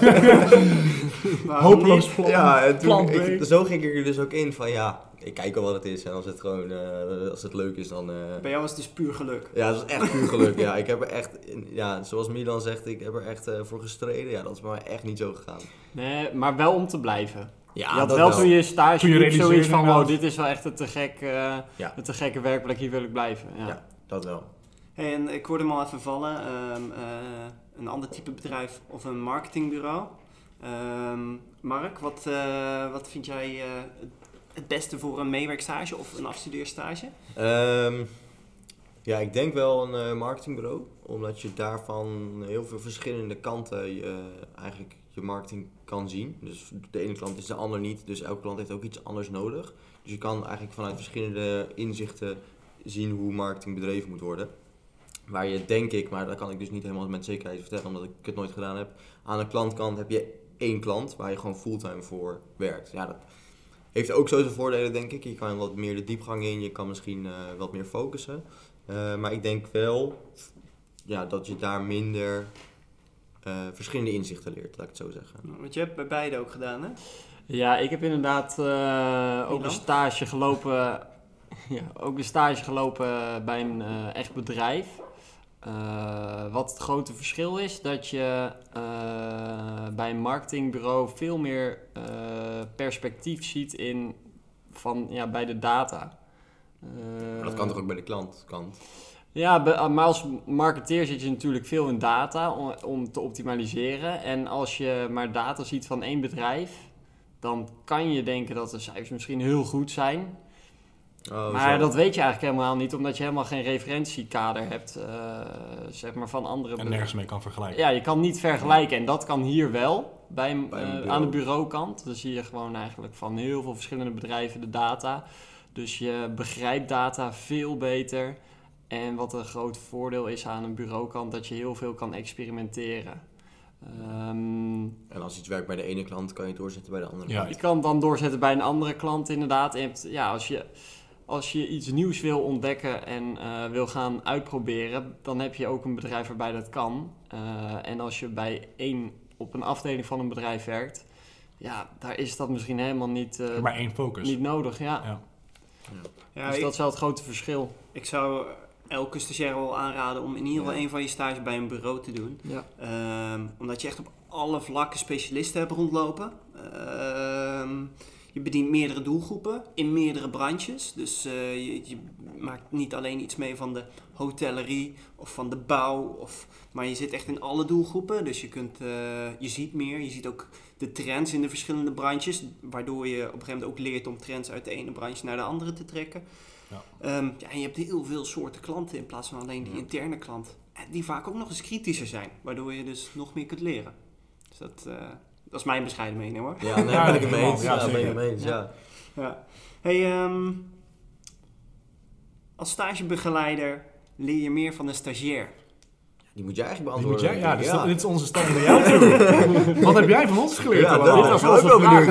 Maar Hopeloos niet- plan. Ja, en toen, Plan B. ik, zo ging ik er dus ook in van ja, ik kijk al wat het is en als het gewoon, uh, als het leuk is dan... Uh, Bij jou was het dus puur geluk. ja, dat is echt puur geluk. Ja, ik heb er echt, ja, zoals Milan zegt, ik heb er echt uh, voor gestreden. Ja, dat is bij mij echt niet zo gegaan. Nee, maar wel om te blijven. Ja, je had dat wel, wel. toen je stage Toen je liep realiseerde zoiets van, wow, inderdaad. dit is wel echt een te, gek, uh, Ja. een te gekke werkplek, hier wil ik blijven. Ja. Ja. Dat wel. Hey, en ik hoorde hem al even vallen. Um, uh, een ander type bedrijf of een marketingbureau. Um, Mark, wat, uh, wat vind jij uh, het beste voor een meewerkstage of een afstudeerstage? Um, ja, ik denk wel een uh, marketingbureau. Omdat je daarvan heel veel verschillende kanten uh, eigenlijk je marketing kan zien. Dus de ene klant is de ander niet, dus elke klant heeft ook iets anders nodig. Dus je kan eigenlijk vanuit verschillende inzichten zien hoe marketing bedreven moet worden. Waar je denk ik, maar dat kan ik dus niet helemaal met zekerheid vertellen omdat ik het nooit gedaan heb. Aan de klantkant heb je één klant waar je gewoon fulltime voor werkt. Ja, dat heeft ook zo zijn voordelen denk ik. Je kan wat meer de diepgang in, je kan misschien uh, wat meer focussen. Uh, maar ik denk wel ja, dat je daar minder uh, verschillende inzichten leert, laat ik het zo zeggen. Want je hebt bij beide ook gedaan, hè? Ja, ik heb inderdaad uh, ook een stage gelopen. Ja, ook een stage gelopen bij een uh, echt bedrijf. Uh, wat het grote verschil is, dat je uh, bij een marketingbureau veel meer uh, perspectief ziet in van, ja, bij de data. Uh, maar dat kan toch ook bij de klantkant? Ja, maar als marketeer zit je natuurlijk veel in data om, om te optimaliseren. En als je maar data ziet van één bedrijf, dan kan je denken dat de cijfers misschien heel goed zijn. Oh, maar zo. Dat weet je eigenlijk helemaal niet, omdat je helemaal geen referentiekader hebt, uh, zeg maar, van andere En nergens mee kan vergelijken. Ja, je kan niet vergelijken en dat kan hier wel, bij, bij uh, aan de bureaukant. Dan zie je gewoon eigenlijk van heel veel verschillende bedrijven de data. Dus je begrijpt data veel beter. En wat een groot voordeel is aan een bureaukant, dat je heel veel kan experimenteren. Um, en als iets werkt bij de ene klant, kan je het doorzetten bij de andere ja, klant. Je kan het dan doorzetten bij een andere klant inderdaad. En je hebt, ja, als je... Als je iets nieuws wil ontdekken en uh, wil gaan uitproberen, dan heb je ook een bedrijf waarbij dat kan. Uh, en als je bij één op een afdeling van een bedrijf werkt, ja, daar is dat misschien helemaal niet, uh, maar één focus. niet nodig. Ja. Ja. Ja, dus ik, dat is wel het grote verschil. Ik zou elke stagiair wel aanraden om in ieder geval ja. een van je stages bij een bureau te doen. Ja. Um, omdat je echt op alle vlakken specialisten hebt rondlopen. Um, Je bedient meerdere doelgroepen in meerdere branches. Dus uh, je, je maakt niet alleen iets mee van de hotellerie of van de bouw. Of, maar je zit echt in alle doelgroepen. Dus je, kunt, uh, je ziet meer. Je ziet ook de trends in de verschillende branches. Waardoor je op een gegeven moment ook leert om trends uit de ene branche naar de andere te trekken. Ja. Um, ja, en je hebt heel veel soorten klanten in plaats van alleen die ja. interne klant. En die vaak ook nog eens kritischer zijn. Waardoor je dus nog meer kunt leren. Dus dat... Uh, Dat is mijn bescheiden mening hoor. Ja, nee, ja, ben ik het mee eens. Ja, ja, ben ik het mee eens, ja. ja. ja. Hey, um, als stagebegeleider leer je meer van een stagiair. Die moet jij eigenlijk beantwoorden. Die moet jij, ja, dus ja. Dat, dit is onze stand naar jou toe. Wat heb jij van ons geleerd? Ja, dat is ook wel benieuwd.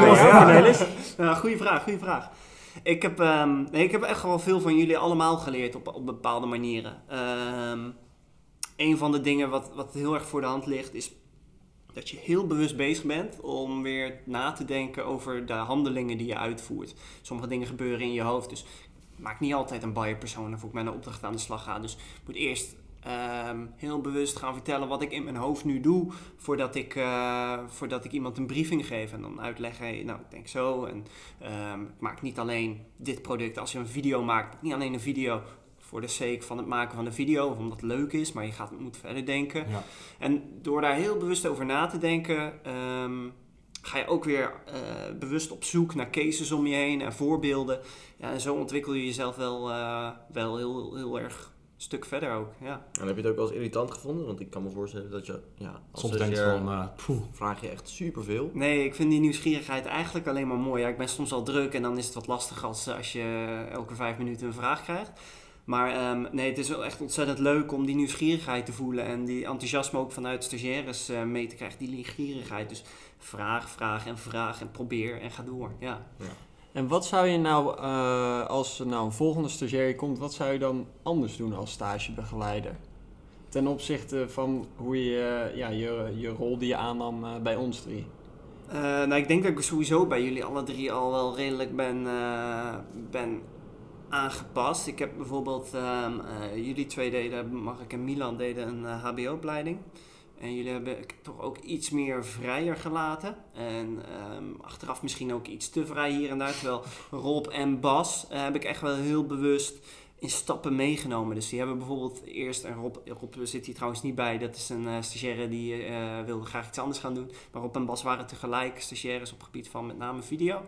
Ja, goeie vraag, goeie vraag. Ik heb, um, nee, ik heb echt wel veel van jullie allemaal geleerd op, op bepaalde manieren. Um, een van de dingen wat, wat heel erg voor de hand ligt is dat je heel bewust bezig bent om weer na te denken over de handelingen die je uitvoert. Sommige dingen gebeuren in je hoofd, dus ik maak niet altijd een buyer persona voor ik met een opdracht aan de slag ga. Dus ik moet eerst um, heel bewust gaan vertellen wat ik in mijn hoofd nu doe voordat ik, uh, voordat ik iemand een briefing geef. En dan uitleggen, hey, nou ik denk zo. En um, ik maak niet alleen dit product, als je een video maakt, niet alleen een video voor de sake van het maken van een video, of omdat het leuk is, maar je gaat, moet verder denken. Ja. En door daar heel bewust over na te denken, um, ga je ook weer uh, bewust op zoek naar cases om je heen en voorbeelden. Ja, en zo ontwikkel je jezelf wel, uh, wel heel, heel erg een stuk verder ook. Ja. En heb je het ook wel eens irritant gevonden? Want ik kan me voorstellen dat je, ja, als soms denkt van, uh, vraag je echt superveel. Nee, ik vind die nieuwsgierigheid eigenlijk alleen maar mooi. Ja, ik ben soms al druk en dan is het wat lastig als, als je elke vijf minuten een vraag krijgt. Maar um, nee, het is wel echt ontzettend leuk om die nieuwsgierigheid te voelen en die enthousiasme ook vanuit stagiaires uh, mee te krijgen, die nieuwsgierigheid. Dus vraag, vraag en vraag en probeer en ga door, ja. ja. En wat zou je nou, uh, als er nou een volgende stagiair komt, wat zou je dan anders doen als stagebegeleider? Ten opzichte van hoe je, ja, je, je rol die je aannam uh, bij ons drie. Uh, nou, ik denk dat ik sowieso bij jullie alle drie al wel redelijk ben... Uh, ben aangepast. Ik heb bijvoorbeeld, um, uh, jullie twee deden, Mark en Milan deden een uh, H B O-opleiding. En jullie hebben ik toch ook iets meer vrijer gelaten. En um, achteraf misschien ook iets te vrij hier en daar. Terwijl Rob en Bas uh, heb ik echt wel heel bewust in stappen meegenomen. Dus die hebben bijvoorbeeld eerst, en Rob, Rob zit hier trouwens niet bij, dat is een uh, stagiaire die uh, wilde graag iets anders gaan doen. Maar Rob en Bas waren tegelijk stagiaires op het gebied van met name video.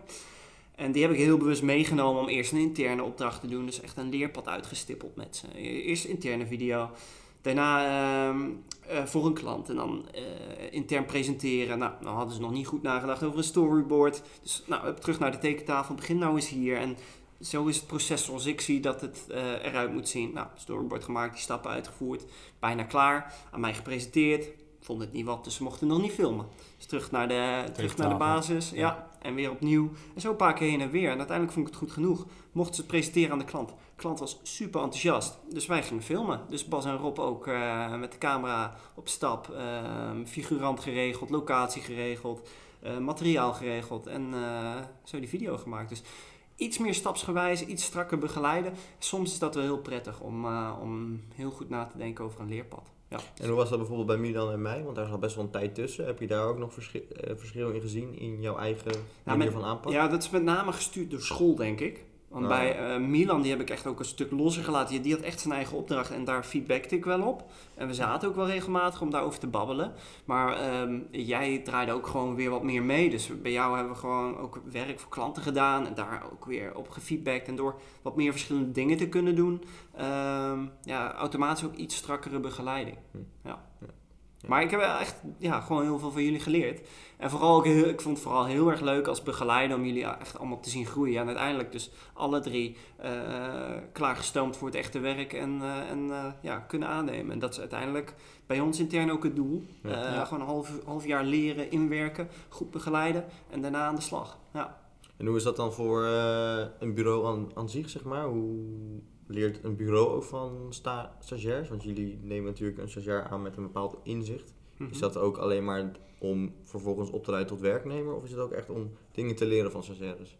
En die heb ik heel bewust meegenomen om eerst een interne opdracht te doen. Dus echt een leerpad uitgestippeld met ze. Eerst interne video, Daarna uh, uh, voor een klant en dan uh, intern presenteren. Nou, dan hadden ze nog niet goed nagedacht over een storyboard. Dus nou, terug naar de tekentafel, begin nou eens hier. En zo is het proces zoals ik zie dat het uh, eruit moet zien. Nou, storyboard gemaakt, die stappen uitgevoerd, bijna klaar. Aan mij gepresenteerd, vond het niet wat, dus ze mochten nog niet filmen. Dus terug naar de, terug naar de basis, ja. ja, en weer opnieuw. En zo een paar keer heen en weer. En uiteindelijk vond ik het goed genoeg. Mochten ze het presenteren aan de klant. De klant was super enthousiast, dus wij gingen filmen. Dus Bas en Rob ook uh, met de camera op stap, uh, figurant geregeld, locatie geregeld, uh, materiaal geregeld en uh, zo die video gemaakt. Dus iets meer stapsgewijs, iets strakker begeleiden. Soms is dat wel heel prettig om, uh, om heel goed na te denken over een leerpad. Ja. En hoe was dat bijvoorbeeld bij Milan en mij? Want daar zat best wel een tijd tussen. Heb je daar ook nog verschil, uh, verschil in gezien in jouw eigen ja, manier met, van aanpak? Ja, dat is met name gestuurd door school, denk ik. Want Oh. bij uh, Milan, die heb ik echt ook een stuk losser gelaten. Die, die had echt zijn eigen opdracht en daar feedbackte ik wel op. En we zaten ook wel regelmatig om daarover te babbelen. Maar um, jij draaide ook gewoon weer wat meer mee. Dus bij jou hebben we gewoon ook werk voor klanten gedaan. En daar ook weer op gefeedbackt. En door wat meer verschillende dingen te kunnen doen. Um, ja, automatisch ook iets strakkere begeleiding. Hm. Ja. Ja. Ja. Maar ik heb echt ja, gewoon heel veel van jullie geleerd. En vooral ook heel, ik vond het vooral heel erg leuk als begeleider om jullie echt allemaal te zien groeien. En uiteindelijk dus alle drie uh, klaargestoomd voor het echte werk en, uh, en uh, ja, kunnen aannemen. En dat is uiteindelijk bij ons intern ook het doel. Ja. Uh, Ja. Gewoon een half, half jaar leren, inwerken, goed begeleiden en daarna aan de slag. Ja. En hoe is dat dan voor uh, een bureau aan, aan zich, zeg maar? Hoe leert een bureau ook van sta- stagiairs? Want jullie nemen natuurlijk een stagiair aan met een bepaald inzicht. Mm-hmm. Is dat ook alleen maar om vervolgens op te leiden tot werknemer? Of is het ook echt om dingen te leren van stagiaires?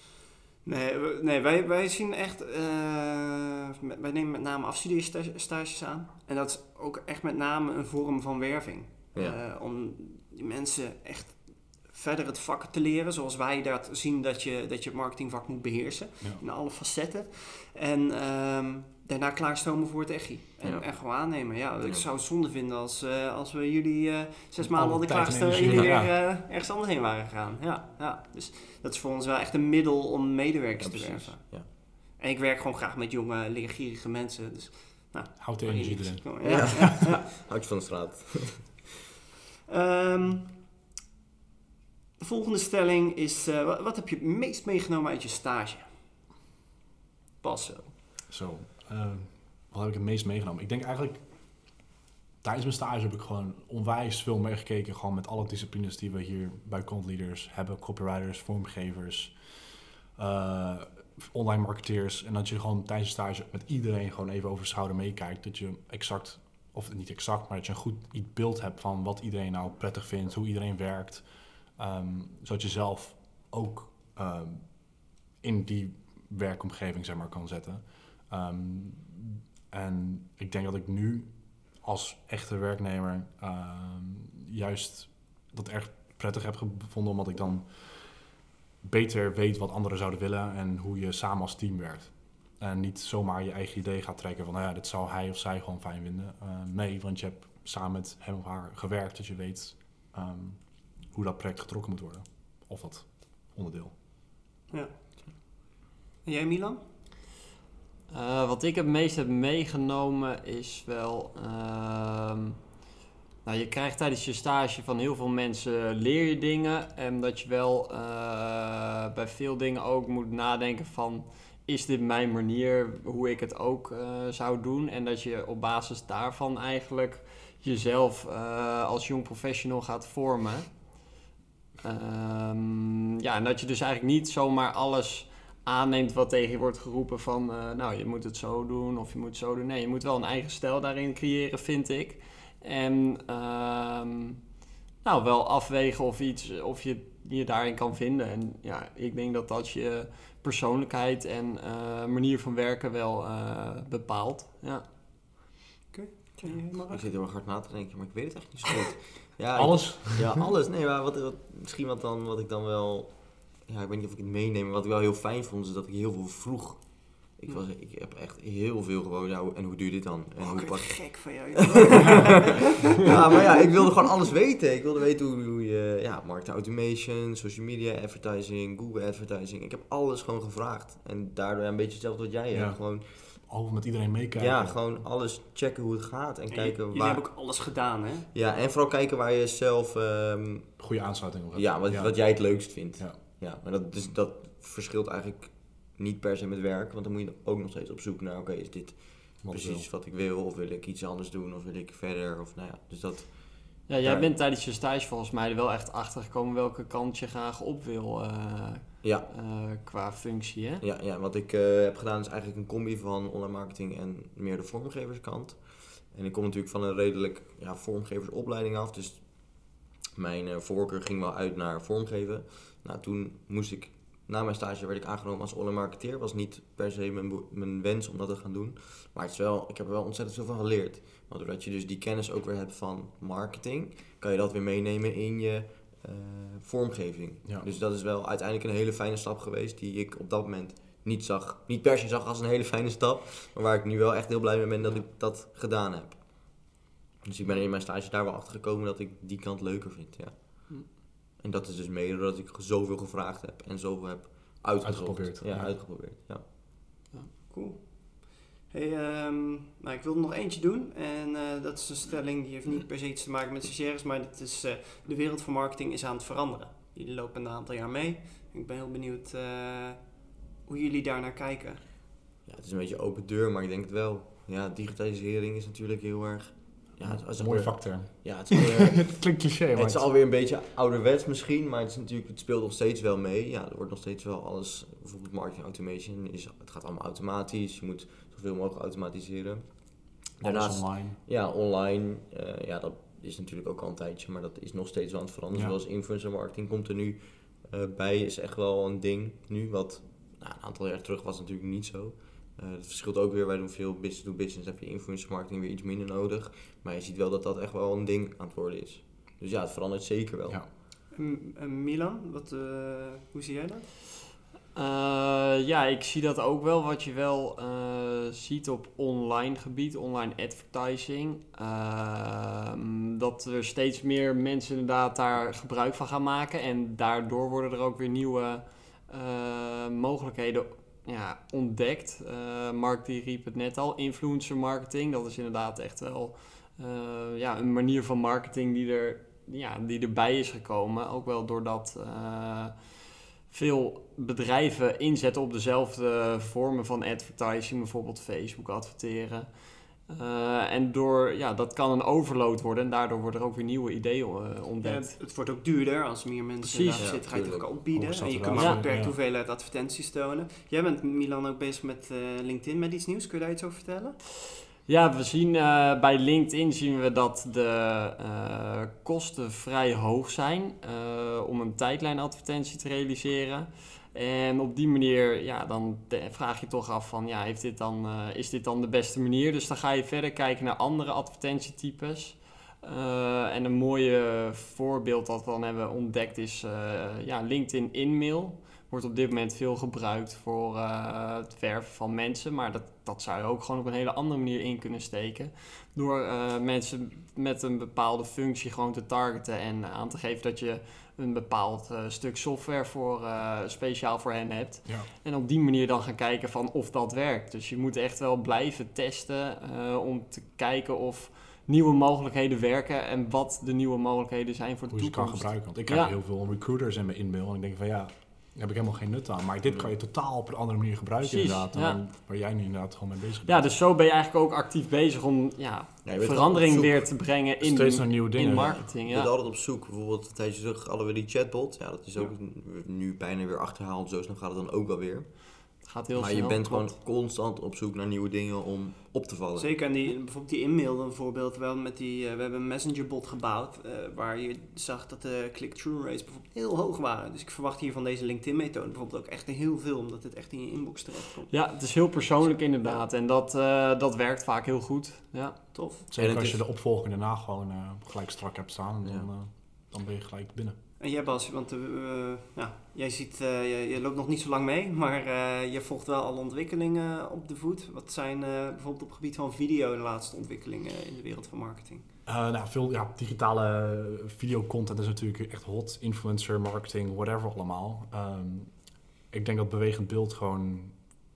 Nee, we- nee wij, wij zien echt, uh, met- wij nemen met name afstudeerstages aan. En dat is ook echt met name een vorm van werving. Ja. Uh, om die mensen echt verder het vak te leren, zoals wij dat zien dat je, dat je het marketingvak moet beheersen. Ja. In alle facetten. En um, daarna klaarstomen voor het echi. En, Ja. en gewoon aannemen. Ja, ik Ja. zou het zonde vinden als, uh, als we jullie uh, zes maanden Alle hadden tijd en klaargestomen en energie, jullie weer ja. uh, ergens anders heen waren gegaan. Ja, ja, dus dat is voor ons wel echt een middel om medewerkers Ja, te precies. werven. Ja. En ik werk gewoon graag met jonge, leergierige mensen. Dus, nou, Houd de energie erin. Ja, Ja. ja, ja. Houd je van de straat. Um, de volgende stelling is, uh, wat, wat heb je het meest meegenomen uit je stage? Pas zo. Zo, uh, wat heb ik het meest meegenomen? Ik denk eigenlijk, tijdens mijn stage heb ik gewoon onwijs veel meegekeken. Gewoon met alle disciplines die we hier bij Content Leaders hebben. Copywriters, vormgevers, uh, online marketeers. En dat je gewoon tijdens de stage met iedereen gewoon even over de schouder meekijkt. Dat je exact, of niet exact, maar dat je een goed beeld hebt van wat iedereen nou prettig vindt. Hoe iedereen werkt. Um, zodat je zelf ook um, in die werkomgeving zeg maar, kan zetten. Um, en ik denk dat ik nu als echte werknemer um, juist dat echt prettig heb gevonden, omdat ik dan beter weet wat anderen zouden willen en hoe je samen als team werkt. En niet zomaar je eigen idee gaat trekken van, nou ja, dit zou hij of zij gewoon fijn vinden. Uh, nee, want je hebt samen met hem of haar gewerkt, dus je weet um, hoe dat project getrokken moet worden. Of dat onderdeel. Ja. En jij, Milan? Uh, wat ik het meest heb meegenomen is wel... Uh, nou, je krijgt tijdens je stage van heel veel mensen leer je dingen. En dat je wel uh, bij veel dingen ook moet nadenken van... Is dit mijn manier hoe ik het ook uh, zou doen? En dat je op basis daarvan eigenlijk jezelf uh, als jong professional gaat vormen. Um, ja, en dat je dus eigenlijk niet zomaar alles aanneemt wat tegen je wordt geroepen van... Uh, nou, je moet het zo doen of je moet het zo doen. Nee, je moet wel een eigen stijl daarin creëren, vind ik. En um, nou, wel afwegen of, iets, of je je daarin kan vinden. En ja, ik denk dat dat je persoonlijkheid en uh, manier van werken wel uh, bepaalt. Ja. Okay. Ik zit heel erg hard na te denken, maar ik weet het echt niet zo goed. Ja, Alles? Ik, ja, alles. Nee, maar wat, wat, misschien wat, dan, wat ik dan wel... Ja, ik weet niet of ik het meeneem, maar wat ik wel heel fijn vond, is dat ik heel veel vroeg. Ik, was, ik heb echt heel veel gewoon, ja, en hoe doe je dit dan? En oh, hoe ik pak... gek van jou. Ja, maar ja, ik wilde gewoon alles weten. Ik wilde weten hoe, hoe je, ja, marketing automation, social media advertising, Google advertising. Ik heb alles gewoon gevraagd. En daardoor een beetje hetzelfde wat jij Ja. hebt. Gewoon over met iedereen meekijken. Ja, gewoon alles checken hoe het gaat en En kijken jullie waar... hebben ook alles gedaan, hè? Ja, en vooral kijken waar je zelf... ehm, Goede aansluiting op hebt. ja, wat, wat jij het leukst vindt. Ja. Ja, maar dat, dus dat verschilt eigenlijk niet per se met werk, want dan moet je ook nog steeds op zoek naar, oké, is dit Wat ik precies wil. wat ik wil, of wil ik iets anders doen, of wil ik verder, of nou ja, dus dat... Ja, jij Ja. bent tijdens je stage volgens mij er wel echt achter gekomen welke kant je graag op wil eh, Ja, eh, qua functie, hè? ja, ja wat ik eh, heb gedaan is eigenlijk een combi van online marketing en meer de vormgeverskant. En ik kom natuurlijk van een redelijk ja, vormgeversopleiding af, dus mijn eh, voorkeur ging wel uit naar vormgeven. Nou, toen moest ik, na mijn stage werd ik aangenomen als online marketeer. Was niet per se mijn, bo- mijn wens om dat te gaan doen. Maar het is wel, ik heb er wel ontzettend veel van geleerd. Want doordat je dus die kennis ook weer hebt van marketing, kan je dat weer meenemen in je eh, vormgeving. Ja. Dus dat is wel uiteindelijk een hele fijne stap geweest die ik op dat moment niet zag. Niet per se zag als een hele fijne stap, maar waar ik nu wel echt heel blij mee ben dat ik dat gedaan heb. Dus ik ben in mijn stage daar wel achter gekomen dat ik die kant leuker vind, ja. Hm. En dat is dus mede doordat ik zoveel gevraagd heb en zoveel heb uitgezocht. Uitgeprobeerd, Ja, ja. uitgeprobeerd, ja. Cool. Hey, ehm, nou, ik wilde nog eentje doen. En eh, dat is een stelling die heeft niet per se iets te maken met stagiaires, maar dat is, eh, de wereld van marketing is aan het veranderen. Jullie lopen een aantal jaar mee. Ik ben heel benieuwd eh, hoe jullie daar naar kijken. Ja, het is een beetje open deur, maar ik denk het wel. Ja, digitalisering is natuurlijk heel erg... Ja, het is Een mooie alweer- vakterm. Ja, het is, alweer, Het klinkt cliché, maar het is alweer een beetje ouderwets misschien, maar het, is natuurlijk, het speelt nog steeds wel mee. Ja, er wordt nog steeds wel alles... Bijvoorbeeld marketing automation, is, het gaat allemaal automatisch. Je moet zoveel mogelijk automatiseren. alles online. Ja, online, eh, ja, dat is natuurlijk ook al een tijdje, maar dat is nog steeds wel aan het veranderen. Ja. Zoals influencer marketing komt er nu eh, bij, is echt wel een ding nu, wat nou, een aantal jaar terug was natuurlijk niet zo. Eh het verschilt ook weer, wij doen veel business to business, heb je influencer marketing weer iets minder nodig. Maar je ziet wel dat dat echt wel een ding aan het worden is. Dus ja, het verandert zeker wel. Ja. M- eh, Milan, wat, eh, hoe zie jij dat? Eh, ja, ik zie dat ook wel. Wat je wel eh, ziet op online gebied, online advertising. Ehm, dat er steeds meer mensen inderdaad daar gebruik van gaan maken. En daardoor worden er ook weer nieuwe eh, mogelijkheden ja, ontdekt. Uh, Mark die riep het net al, influencer marketing. Dat is inderdaad echt wel uh, ja, een manier van marketing die, er, ja, die erbij is gekomen. Ook wel doordat... Uh, veel bedrijven inzetten op dezelfde vormen van advertising, bijvoorbeeld Facebook adverteren. Uh, en door, ja, dat kan een overload worden en daardoor worden er ook weer nieuwe ideeën uh, ontdekt. Ja, het, het wordt ook duurder als meer mensen Precies. daar zitten, ga je het ook opbieden. En je Oversaturatie. kunt maar een Ja. beperkte Ja. hoeveelheid advertenties tonen. Jij bent, Milan, ook bezig met uh, LinkedIn, met iets nieuws. Kun je daar iets over vertellen? Ja, we zien uh, bij LinkedIn zien we dat de uh, kosten vrij hoog zijn uh, om een tijdlijnadvertentie te realiseren. En op die manier, ja, dan te- vraag je toch af van, ja, heeft dit dan, uh, is dit dan de beste manier? Dus dan ga je verder kijken naar andere advertentietypes. Uh, en een mooie voorbeeld dat we dan hebben ontdekt is uh, ja, LinkedIn InMail. Wordt op dit moment veel gebruikt voor uh, het werven van mensen. Maar dat, dat zou je ook gewoon op een hele andere manier in kunnen steken. Door uh, mensen met een bepaalde functie gewoon te targeten en aan te geven dat je een bepaald uh, stuk software voor, uh, speciaal voor hen hebt. Ja. En op die manier dan gaan kijken van of dat werkt. Dus je moet echt wel blijven testen uh, om te kijken of nieuwe mogelijkheden werken en wat de nieuwe mogelijkheden zijn voor de Hoe je ze kan toekomst. gebruiken. Want ik krijg Ja. heel veel recruiters in mijn e-mail en ik denk van ja, daar heb ik helemaal geen nut aan. Maar dit kan je totaal op een andere manier gebruiken Precies, inderdaad. ja. Waar, waar jij nu inderdaad gewoon mee bezig bent. Ja, dus zo ben je eigenlijk ook actief bezig om ja, Ja, je bent verandering op zoek. weer te brengen in, Steeds naar nieuwe dingen. in ja. marketing. Je bent Ja. altijd op zoek. Bijvoorbeeld een tijdje terug hadden we die chatbot. Ja, dat is ook nu bijna weer achterhaald. Zo snel gaat het dan ook wel weer. Het gaat heel maar snel. je bent klopt. gewoon constant op zoek naar nieuwe dingen om op te vallen. Zeker, en die, bijvoorbeeld die e-mail dan bijvoorbeeld wel met die, uh, we hebben een messengerbot gebouwd, uh, waar je zag dat de click-through rates bijvoorbeeld heel hoog waren. Dus ik verwacht hier van deze LinkedIn-methode bijvoorbeeld ook echt heel veel, omdat het echt in je inbox terecht komt. Ja, het is heel persoonlijk inderdaad. En dat, uh, dat werkt vaak heel goed. Ja. Tof. En Zeker het als je is- de opvolging daarna gewoon uh, gelijk strak hebt staan. Dan, Ja. uh, dan ben je gelijk binnen. En jij Bas, want uh, ja, jij ziet, uh, je, je loopt nog niet zo lang mee, maar uh, je volgt wel alle ontwikkelingen op de voet. Wat zijn uh, bijvoorbeeld op het gebied van video de laatste ontwikkelingen in de wereld van marketing? Uh, nou, veel ja, digitale videocontent is natuurlijk echt hot. Influencer, marketing, whatever allemaal. Um, ik denk dat bewegend beeld gewoon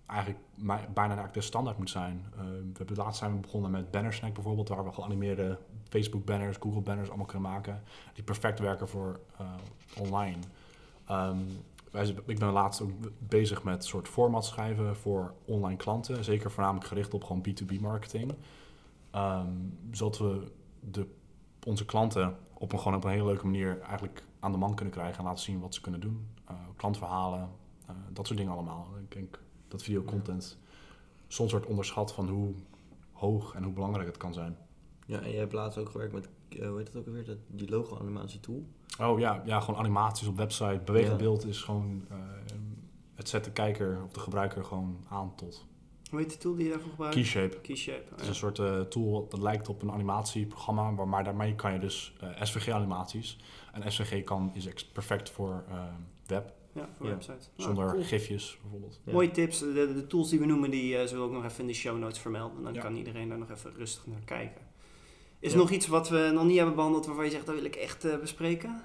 eigenlijk bijna eigenlijk de standaard moet zijn. Uh, we hebben laatst zijn we begonnen met Bannersnack bijvoorbeeld, waar we geanimeerde Facebook banners, Google banners allemaal kunnen maken, die perfect werken voor uh, online. Um, wij, ik ben laatst ook bezig met soort format schrijven voor online klanten, zeker voornamelijk gericht op gewoon B twee B marketing. Um, zodat we de, onze klanten op een, gewoon op een hele leuke manier eigenlijk aan de man kunnen krijgen en laten zien wat ze kunnen doen. Uh, klantverhalen, uh, dat soort dingen allemaal. Ik denk dat videocontent soms wordt onderschat van hoe hoog en hoe belangrijk het kan zijn. Ja, en jij hebt laatst ook gewerkt met, uh, hoe heet het ook alweer, dat, die logo-animatie tool? Oh ja, ja, gewoon animaties op website. Bewegend ja. beeld is gewoon, uh, het zet de kijker of de gebruiker gewoon aan tot. Hoe heet de tool die je daarvoor gebruikt? Keyshape. Keyshape. Het is een soort uh, tool dat lijkt op een animatieprogramma, maar, maar daarmee kan je dus uh, S V G-animaties. En S V G kan, is ex- perfect voor uh, web. Ja, voor ja. websites. Zonder ah, cool. gifjes bijvoorbeeld. Ja. Mooie tips. De, de tools die we noemen, die uh, zullen we ook nog even in de show notes vermelden. Dan ja. kan iedereen daar nog even rustig naar kijken. Is Ja. er nog iets wat we nog niet hebben behandeld waarvan je zegt, dat wil ik echt uh, bespreken?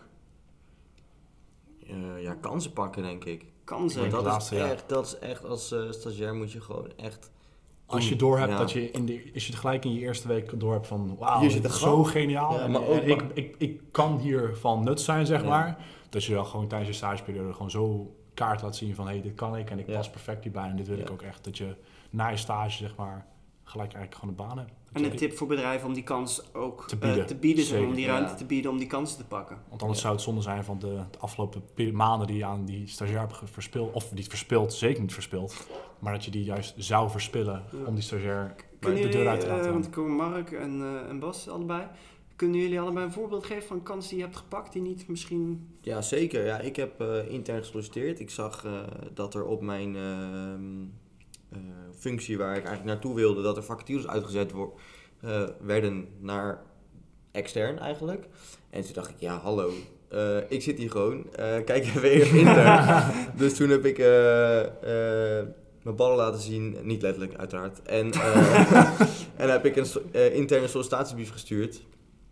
Uh, ja, kansen pakken, denk ik. Kansen. denk Dat, laatste, is ja. echt, dat is echt, als uh, stagiair moet je gewoon echt... Als je doorhebt ja. dat je, in de, als je gelijk in je eerste week doorhebt van wauw, Hier zit dit een is zo grap. geniaal. Ja, en, maar ook en ik, maar- ik, ik kan hier van nut zijn, zeg Ja. maar. Dat je dan gewoon tijdens je stageperiode gewoon zo kaart laat zien van hé, hey, dit kan ik en ik Ja. pas perfect hierbij. En dit wil Ja. ik ook echt. Dat je na je stage, zeg maar, gelijk eigenlijk gewoon een baan hebt. En een tip voor bedrijven om die kans ook Te uh, bieden. te bieden, zeg maar, om die Zeker, ruimte ja. te bieden om die kansen te pakken. Want anders Ja. zou het zonde zijn van de, de afgelopen peri- maanden die je aan die stagiair hebt ge- verspild. Of niet verspild, zeker niet verspild. Maar dat je die juist zou verspillen Ja. om die stagiair Kunnen de jullie, deur uit te uh, laten. want ik hoor Mark en, uh, en Bas allebei. Kunnen jullie allebei een voorbeeld geven van kansen die je hebt gepakt die niet misschien... Ja, zeker. Ja, ik heb uh, intern gesolliciteerd. Ik zag uh, dat er op mijn uh, uh, functie waar ik eigenlijk naartoe wilde, dat er vacatures uitgezet wo- uh, werden naar extern eigenlijk. En toen dacht ik, ja, hallo, uh, ik zit hier gewoon. Uh, kijk even even intern. Dus toen heb ik uh, uh, mijn ballen laten zien, niet letterlijk uiteraard. En, uh, en heb ik een so- uh, interne sollicitatiebrief gestuurd.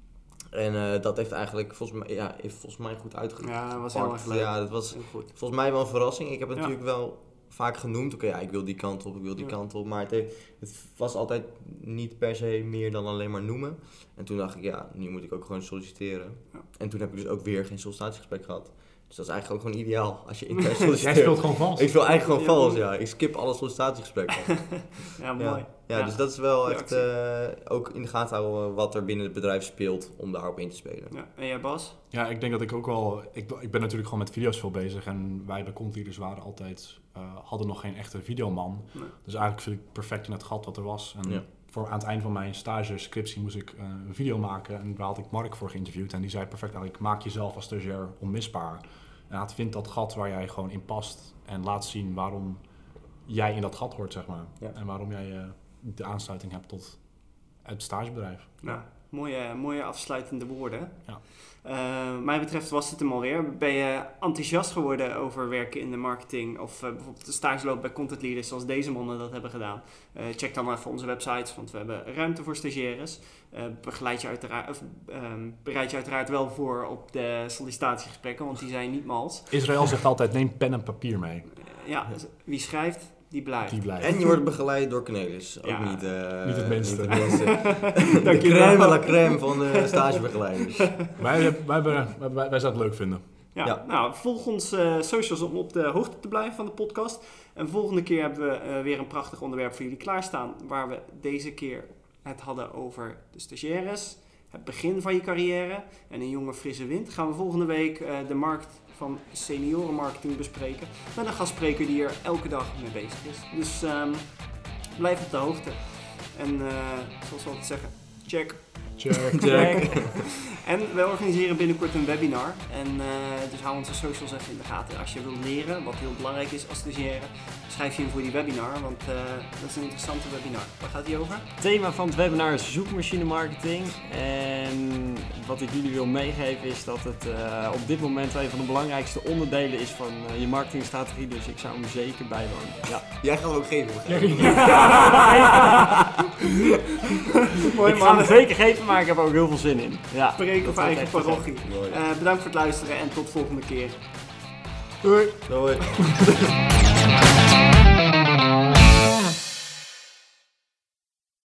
En uh, dat heeft eigenlijk volgens mij, ja, heeft volgens mij goed uitgepakt. Ja, dat was heel erg leuk. Ja, dat was Heel goed. volgens mij wel een verrassing. Ik heb het Ja. natuurlijk wel vaak genoemd. Oké, okay, ja, ik wil die kant op, ik wil die Ja. kant op. Maar het, heeft, het was altijd niet per se meer dan alleen maar noemen. En toen dacht ik, ja, nu moet ik ook gewoon solliciteren. Ja. En toen heb ik dus ook weer geen sollicitatiegesprek gehad. Dus dat is eigenlijk ook gewoon ideaal als je intern Jij solliciteert. speelt gewoon vals. Ik speel eigenlijk gewoon Ja. vals, ja. Ik skip alle sollicitatiegesprekken. Ja, mooi. Ja, ja, dus dat is wel Goeie echt uh, ook in de gaten houden wat er binnen het bedrijf speelt om daarop in te spelen. Ja. En jij Bas? Ja, ik denk dat ik ook wel... Ik, ik ben natuurlijk gewoon met video's veel bezig. En wij bij Content Leaders waren altijd... Uh, hadden nog geen echte videoman. Nee. Dus eigenlijk viel ik perfect in het gat wat er was. En Ja. voor, aan het eind van mijn stage scriptie moest ik uh, een video maken. En daar had ik Mark voor geïnterviewd. En die zei perfect eigenlijk, maak jezelf als stagiair onmisbaar. En laat vind dat gat waar jij gewoon in past. En laat zien waarom jij in dat gat hoort, zeg maar. Ja. En waarom jij uh, de aansluiting hebt tot het stagebedrijf. Nou, mooie, mooie afsluitende woorden. Ja. Uh, wat mij betreft was het hem alweer. Ben je enthousiast geworden over werken in de marketing of uh, bijvoorbeeld de stage lopen bij Content Leaders zoals deze mannen dat hebben gedaan? Uh, check dan even onze websites, want we hebben ruimte voor stagiaires. Uh, begeleid je uiteraard, of, um, bereid je uiteraard wel voor op de sollicitatiegesprekken, want die zijn niet mals. Israël zegt altijd, neem pen en papier mee. Uh, ja, wie schrijft, die blijft. Die blijft. En je wordt begeleid door Cornelis. Ook Ja. niet, uh, Niet het minste. Niet het minste. De Dankjewel. crème à la crème van de stagebegeleiders. wij, hebben- wij, hebben- wij, wij, wij zouden het leuk vinden. Ja, Ja. nou, volg ons uh, socials om op de hoogte te blijven van de podcast. En volgende keer hebben we uh, weer een prachtig onderwerp voor jullie klaarstaan. Waar we deze keer het hadden over de stagiaires, het begin van je carrière en een jonge frisse wind. Gaan we volgende week uh, de markt van seniorenmarketing bespreken. Met een gastspreker die er elke dag mee bezig is. Dus um, blijf op de hoogte. En uh, zoals we altijd zeggen, check. Check. Check. En we organiseren binnenkort een webinar. En uh, dus hou onze socials even in de gaten. Als je wilt leren, wat heel belangrijk is als stagiaire, schrijf je in voor die webinar. Want uh, dat is een interessante webinar. Waar gaat die over? Het thema van het webinar is zoekmachine marketing. En wat ik jullie wil meegeven is dat het uh, op dit moment een van de belangrijkste onderdelen is van uh, je marketingstrategie. Dus ik zou hem zeker bijwonen. Ja. Jij gaat hem ook geven. Mooi Ik ga hem zeker geven, maar ik heb er ook heel veel zin in. Ja, Spreek dat op wordt eigen echt te gek. parochie. Mooi. Uh, bedankt voor het luisteren en tot volgende keer. Doei. Doei.